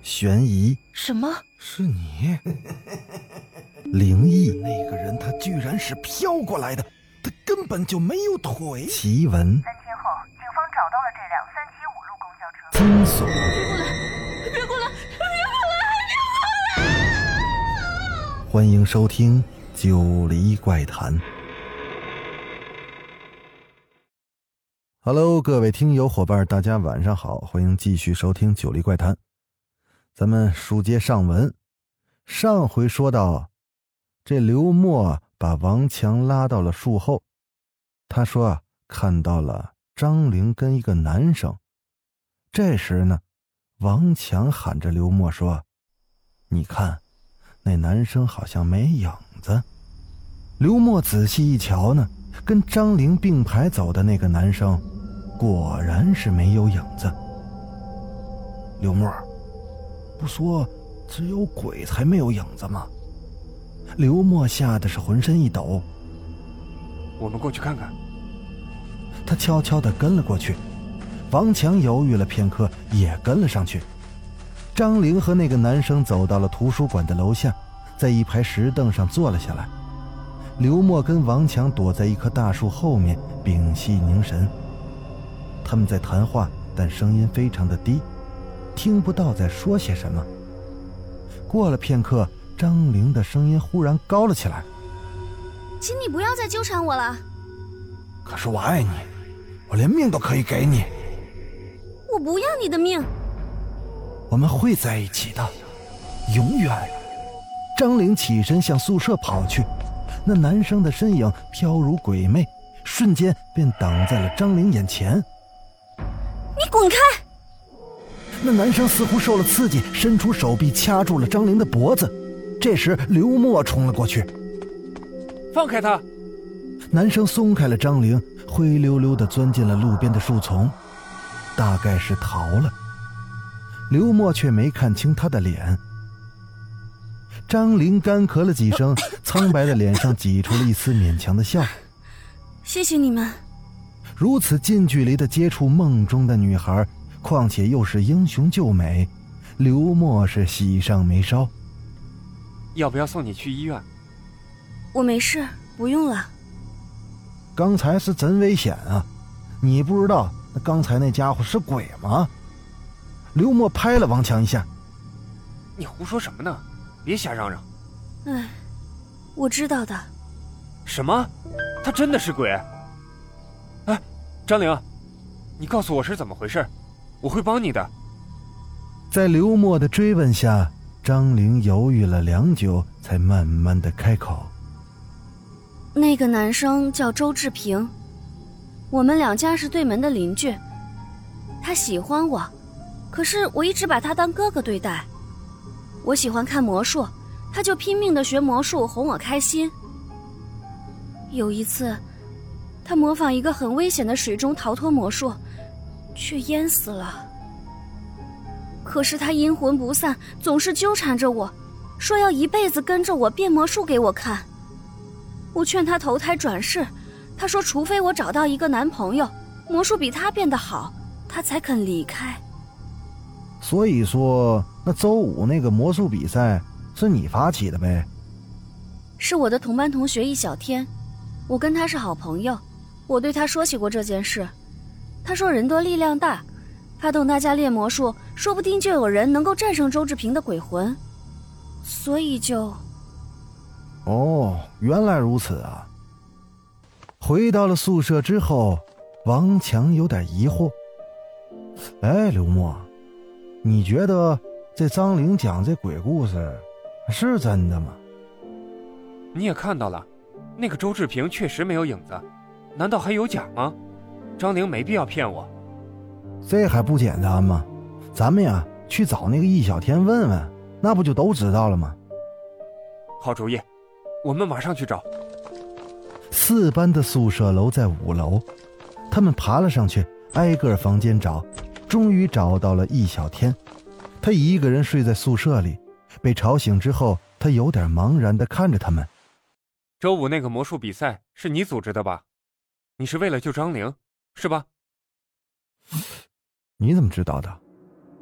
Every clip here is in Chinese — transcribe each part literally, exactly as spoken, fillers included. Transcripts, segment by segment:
悬疑， 什么？ 是你？ 灵异， 那个人他居然是飘过来的，他根本就没有腿。 奇闻， 三天后，警方找到了这辆三七五路公交车。 惊悚， 别过来！别过来！别过来！别过来！ 欢迎收听《九黎怪谈》。Hello， 各位听友伙伴，大家晚上好，欢迎继续收听《九黎怪谈》。咱们书接上文，上回说到，这刘默把王强拉到了树后，他说啊，看到了张玲跟一个男生。这时呢，王强喊着刘默说：“你看，那男生好像没影子。”刘默仔细一瞧呢，跟张玲并排走的那个男生，果然是没有影子。 刘默，不说只有鬼才没有影子吗？ 刘默吓得是浑身一抖。 我们过去看看。 他悄悄地跟了过去。王强犹豫了片刻，也跟了上去。张玲和那个男生走到了图书馆的楼下，在一排石凳上坐了下来。刘默跟王强躲在一棵大树后面，屏息凝神。他们在谈话，但声音非常的低，听不到在说些什么。过了片刻，张玲的声音忽然高了起来：“ 请你不要再纠缠我了。 可是我爱你，我连命都可以给你。 我不要你的命。 我们会在一起的，永远。”张玲起身向宿舍跑去，那男生的身影飘如鬼魅，瞬间便挡在了张玲眼前。 你滚开！ 那男生似乎受了刺激，伸出手臂掐住了张玲的脖子。这时刘默冲了过去：“ 放开他！” 男生松开了张玲，灰溜溜地钻进了路边的树丛，大概是逃了。刘默却没看清他的脸。张玲干咳了几声，苍白的脸上挤出了一丝勉强的笑。 谢谢你们。 如此近距离的接触梦中的女孩，况且又是英雄救美，刘默是喜上眉梢。 要不要送你去医院？ 我没事，不用了。 刚才是真危险啊！你不知道那刚才那家伙是鬼吗？刘默拍了王强一下：“ 你胡说什么呢？别瞎嚷嚷。” 哎，我知道的。 什么？他真的是鬼？哎，张玲，你告诉我是怎么回事，我会帮你的。 在刘默的追问下，张玲犹豫了良久，才慢慢的开口：“ 那个男生叫周志平，我们两家是对门的邻居。他喜欢我，可是我一直把他当哥哥对待。我喜欢看魔术，他就拼命地学魔术哄我开心。有一次，他模仿一个很危险的水中逃脱魔术，却淹死了。可是他阴魂不散，总是纠缠着我，说要一辈子跟着我变魔术给我看。我劝他投胎转世，他说除非我找到一个男朋友，魔术比他变得好，他才肯离开。 所以说，那周五那个魔术比赛是你发起的呗？”“ 是我的同班同学易小天，我跟他是好朋友，我对他说起过这件事。他说人多力量大，发动大家练魔术，说不定就有人能够战胜周志平的鬼魂，所以就……”“ 哦，原来如此啊。”回到了宿舍之后，王强有点疑惑：“哎，刘默，你觉得这张玲讲这鬼故事是真的吗？”“ 你也看到了，那个周志平确实没有影子，难道还有假吗？张玲没必要骗我。”“ 这还不简单吗？咱们呀去找那个易小天问问，那不就都知道了吗？”“ 好主意，我们马上去找。” 四班的宿舍楼在五楼，他们爬了上去，挨个房间找，终于找到了易小天。他一个人睡在宿舍里，被吵醒之后，他有点茫然地看着他们。 “周五那个魔术比赛是你组织的吧？你是为了救张玲，是吧？”“ 你怎么知道的？”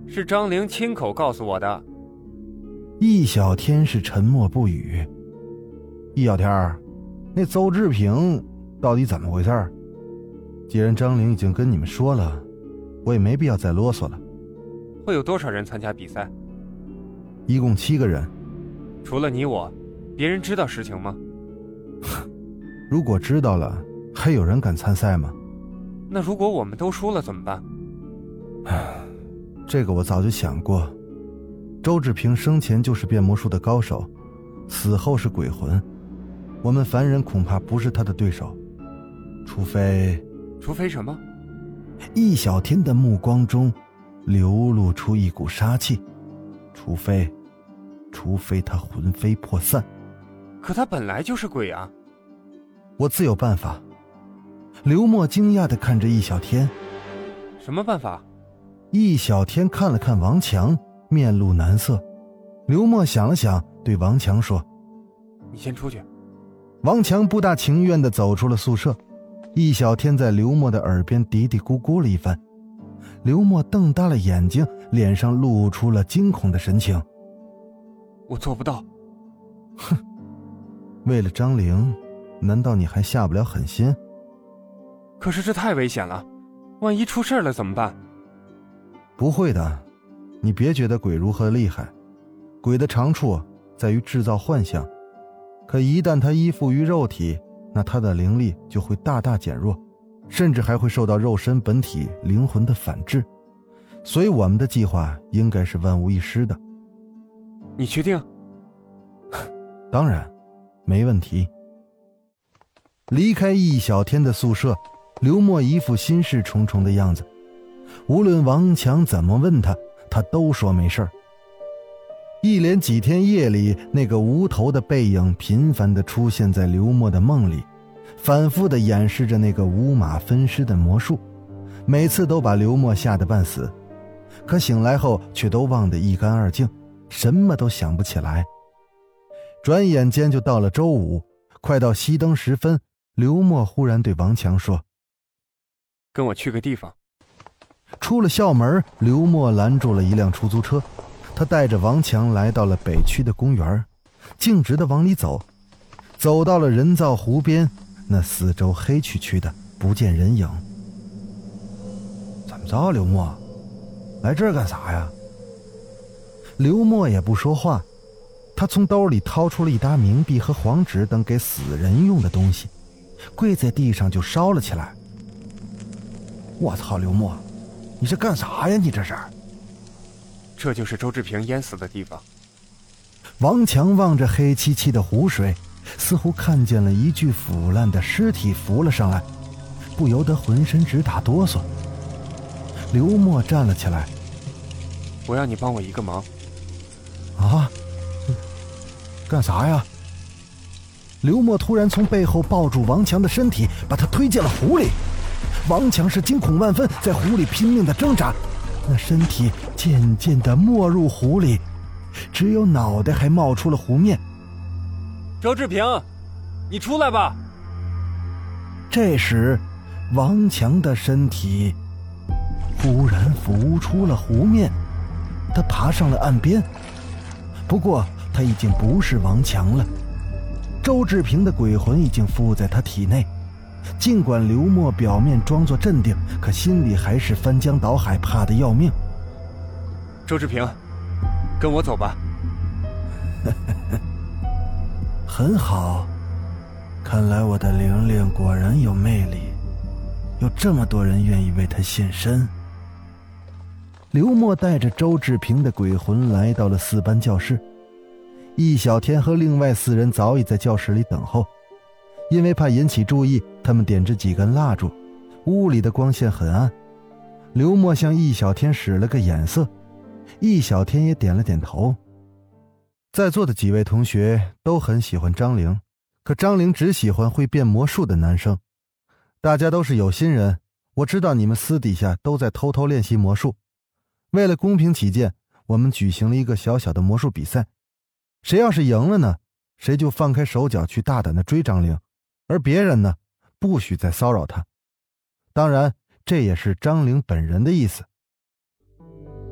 是张玲亲口告诉我的。 易小天是沉默不语。易小天，那邹志平到底怎么回事？既然张玲已经跟你们说了，我也没必要再啰嗦了。 会有多少人参加比赛？ 一共七个人。 除了你我，别人知道实情吗？ 如果知道了，还有人敢参赛吗？ 那如果我们都输了怎么办？ 这个我早就想过。周志平生前就是变魔术的高手，死后是鬼魂，我们凡人恐怕不是他的对手，除非…… 除非什么？ 易小天的目光中流露出一股杀气，除非……除非他魂飞魄散。 可他本来就是鬼啊！ 我自有办法。刘默惊讶地看着易小天。 什么办法？ 易小天看了看王强，面露难色。刘默想了想，对王强说： 你先出去。 王强不大情愿地走出了宿舍。易小天在刘默的耳边嘀嘀咕咕了一番。刘默瞪大了眼睛，脸上露出了惊恐的神情。 我做不到。 哼，为了张玲，难道你还下不了狠心？ 可是这太危险了，万一出事了怎么办？ 不会的，你别觉得鬼如何厉害，鬼的长处在于制造幻象，可一旦它依附于肉体，那它的灵力就会大大减弱，甚至还会受到肉身本体灵魂的反制。所以我们的计划应该是万无一失的。 你确定？ 当然，没问题。离开易小天的宿舍，刘默一副心事重重的样子。无论王强怎么问他，他都说没事儿。一连几天夜里，那个无头的背影频繁地出现在刘默的梦里，反复地演示着那个五马分尸的魔术，每次都把刘默吓得半死。可醒来后却都忘得一干二净，什么都想不起来。转眼间就到了周五，快到熄灯时分，刘默忽然对王强说： 跟我去个地方。 出了校门，刘默拦住了一辆出租车，他带着王强来到了北区的公园，径直地往里走。走到了人造湖边，那四周黑黢黢的，不见人影。怎么着，刘默，来这儿干啥呀？刘默也不说话，他从兜里掏出了一沓冥币和黄纸等给死人用的东西，跪在地上就烧了起来。我操，刘默，你这干啥呀？你这是？ 这就是周志平淹死的地方。 王强望着黑漆漆的湖水，似乎看见了一具腐烂的尸体浮了上来，不由得浑身直打哆嗦。刘默站了起来。 我要你帮我一个忙。 啊？干啥呀？刘默突然从背后抱住王强的身体，把他推进了湖里。王强是惊恐万分，在湖里拼命的挣扎，那身体渐渐地没入湖里，只有脑袋还冒出了湖面。 周志平，你出来吧。 这时王强的身体忽然浮出了湖面，他爬上了岸边。不过他已经不是王强了，周志平的鬼魂已经附在他体内。尽管刘默表面装作镇定，可心里还是翻江倒海，怕得要命。 周志平，跟我走吧。 很好，看来我的玲玲果然有魅力，有这么多人愿意为她献身。刘默带着周志平的鬼魂来到了四班教室，易小天和另外四人早已在教室里等候。因为怕引起注意，他们点着几根蜡烛，屋里的光线很暗。刘默向易小天使了个眼色，易小天也点了点头。在座的几位同学都很喜欢张玲，可张玲只喜欢会变魔术的男生。大家都是有心人，我知道你们私底下都在偷偷练习魔术。为了公平起见，我们举行了一个小小的魔术比赛，谁要是赢了呢，谁就放开手脚去大胆地追张玲，而别人呢，不许再骚扰他。当然，这也是张玲本人的意思。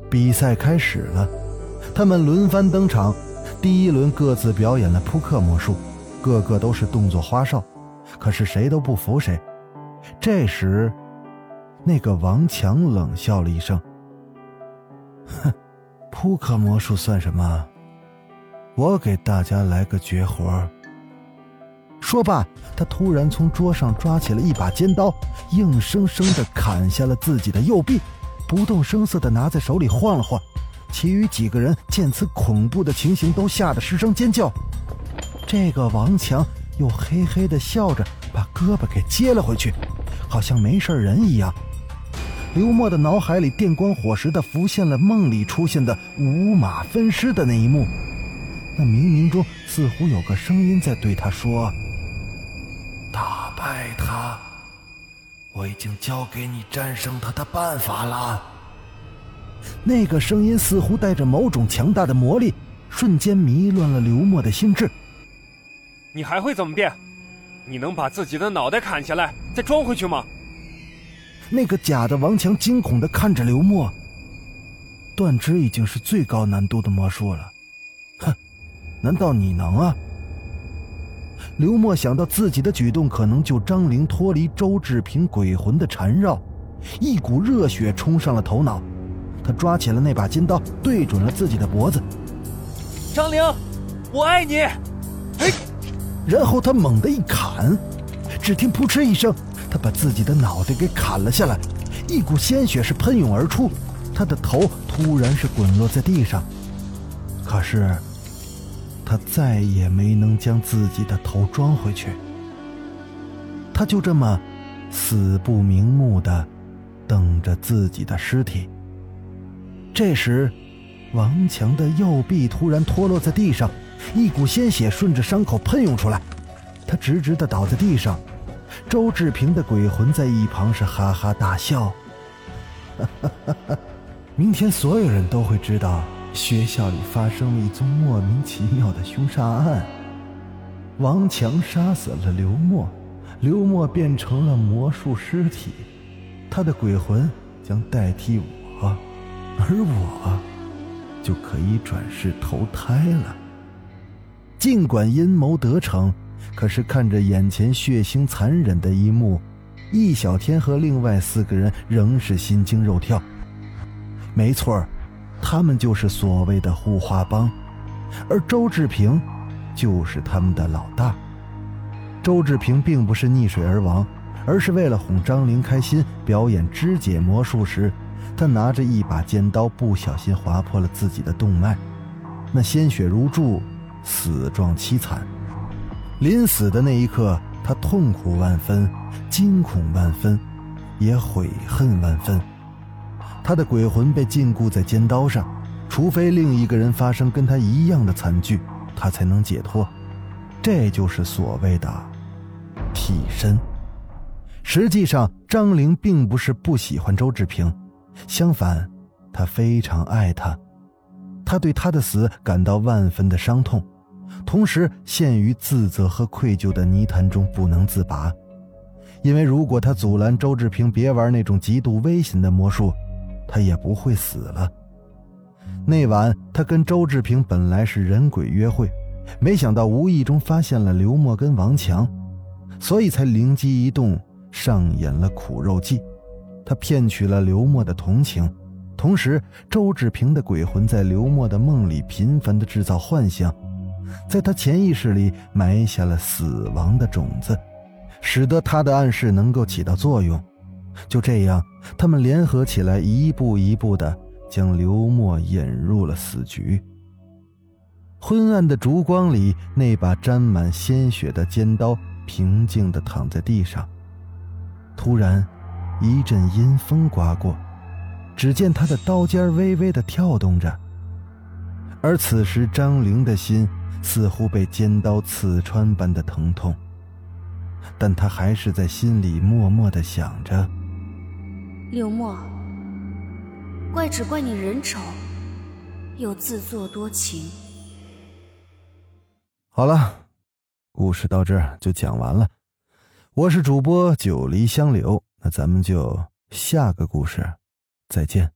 比赛开始了，他们轮番登场。第一轮各自表演了扑克魔术，个个都是动作花哨，可是谁都不服谁。这时，那个王强冷笑了一声：“哼，扑克魔术算什么？我给大家来个绝活。”说罢，他突然从桌上抓起了一把尖刀，硬生生地砍下了自己的右臂，不动声色地拿在手里晃了晃。其余几个人见此恐怖的情形，都吓得失声尖叫。这个王强又嘿嘿地笑着，把胳膊给接了回去，好像没事人一样。刘默的脑海里电光火石地浮现了梦里出现的五马分尸的那一幕，那冥冥中似乎有个声音在对他说：“ 打败他，我已经交给你战胜他的办法了。” 那个声音似乎带着某种强大的魔力，瞬间迷乱了刘默的心智。 你还会怎么变？你能把自己的脑袋砍下来再装回去吗？ 那个假的王强惊恐地看着刘默。断肢已经是最高难度的魔术了，哼，难道你能啊？刘默想到自己的举动可能救张玲脱离周志平鬼魂的缠绕，一股热血冲上了头脑。他抓起了那把尖刀，对准了自己的脖子。 张玲，我爱你！哎， 然后他猛地一砍，只听扑哧一声，他把自己的脑袋给砍了下来，一股鲜血是喷涌而出，他的头突然是滚落在地上。可是他再也没能将自己的头装回去，他就这么死不瞑目地等着自己的尸体。这时，王强的右臂突然脱落在地上，一股鲜血顺着伤口喷涌出来，他直直地倒在地上。周志平的鬼魂在一旁是哈哈大笑。明天所有人都会知道学校里发生了一宗莫名其妙的凶杀案，王强杀死了刘默，刘默变成了魔术尸体，他的鬼魂将代替我，而我就可以转世投胎了。尽管阴谋得逞，可是看着眼前血腥残忍的一幕，易小天和另外四个人仍是心惊肉跳。没错，他们就是所谓的护花帮，而周志平就是他们的老大。周志平并不是溺水而亡，而是为了哄张玲开心，表演肢解魔术时，他拿着一把尖刀不小心划破了自己的动脉，那鲜血如注，死状凄惨。临死的那一刻，他痛苦万分，惊恐万分，也悔恨万分。他的鬼魂被禁锢在尖刀上，除非另一个人发生跟他一样的惨剧，他才能解脱。这就是所谓的替身。实际上，张玲并不是不喜欢周志平，相反，她非常爱他。她对他的死感到万分的伤痛，同时陷于自责和愧疚的泥潭中不能自拔。因为如果他阻拦周志平别玩那种极度危险的魔术，他也不会死了。那晚他跟周志平本来是人鬼约会，没想到无意中发现了刘默跟王强，所以才灵机一动，上演了苦肉计。他骗取了刘默的同情，同时周志平的鬼魂在刘默的梦里频繁地制造幻象，在他潜意识里埋下了死亡的种子，使得他的暗示能够起到作用。就这样，他们联合起来，一步一步地将刘默引入了死局。昏暗的烛光里，那把沾满鲜血的尖刀平静地躺在地上。突然一阵阴风刮过，只见他的刀尖微微地跳动着，而此时张玲的心似乎被尖刀刺穿般的疼痛，但他还是在心里默默地想着： 刘默，怪只怪你人丑，又自作多情。 好了，故事到这儿就讲完了。我是主播九黎香柳，那咱们就下个故事再见。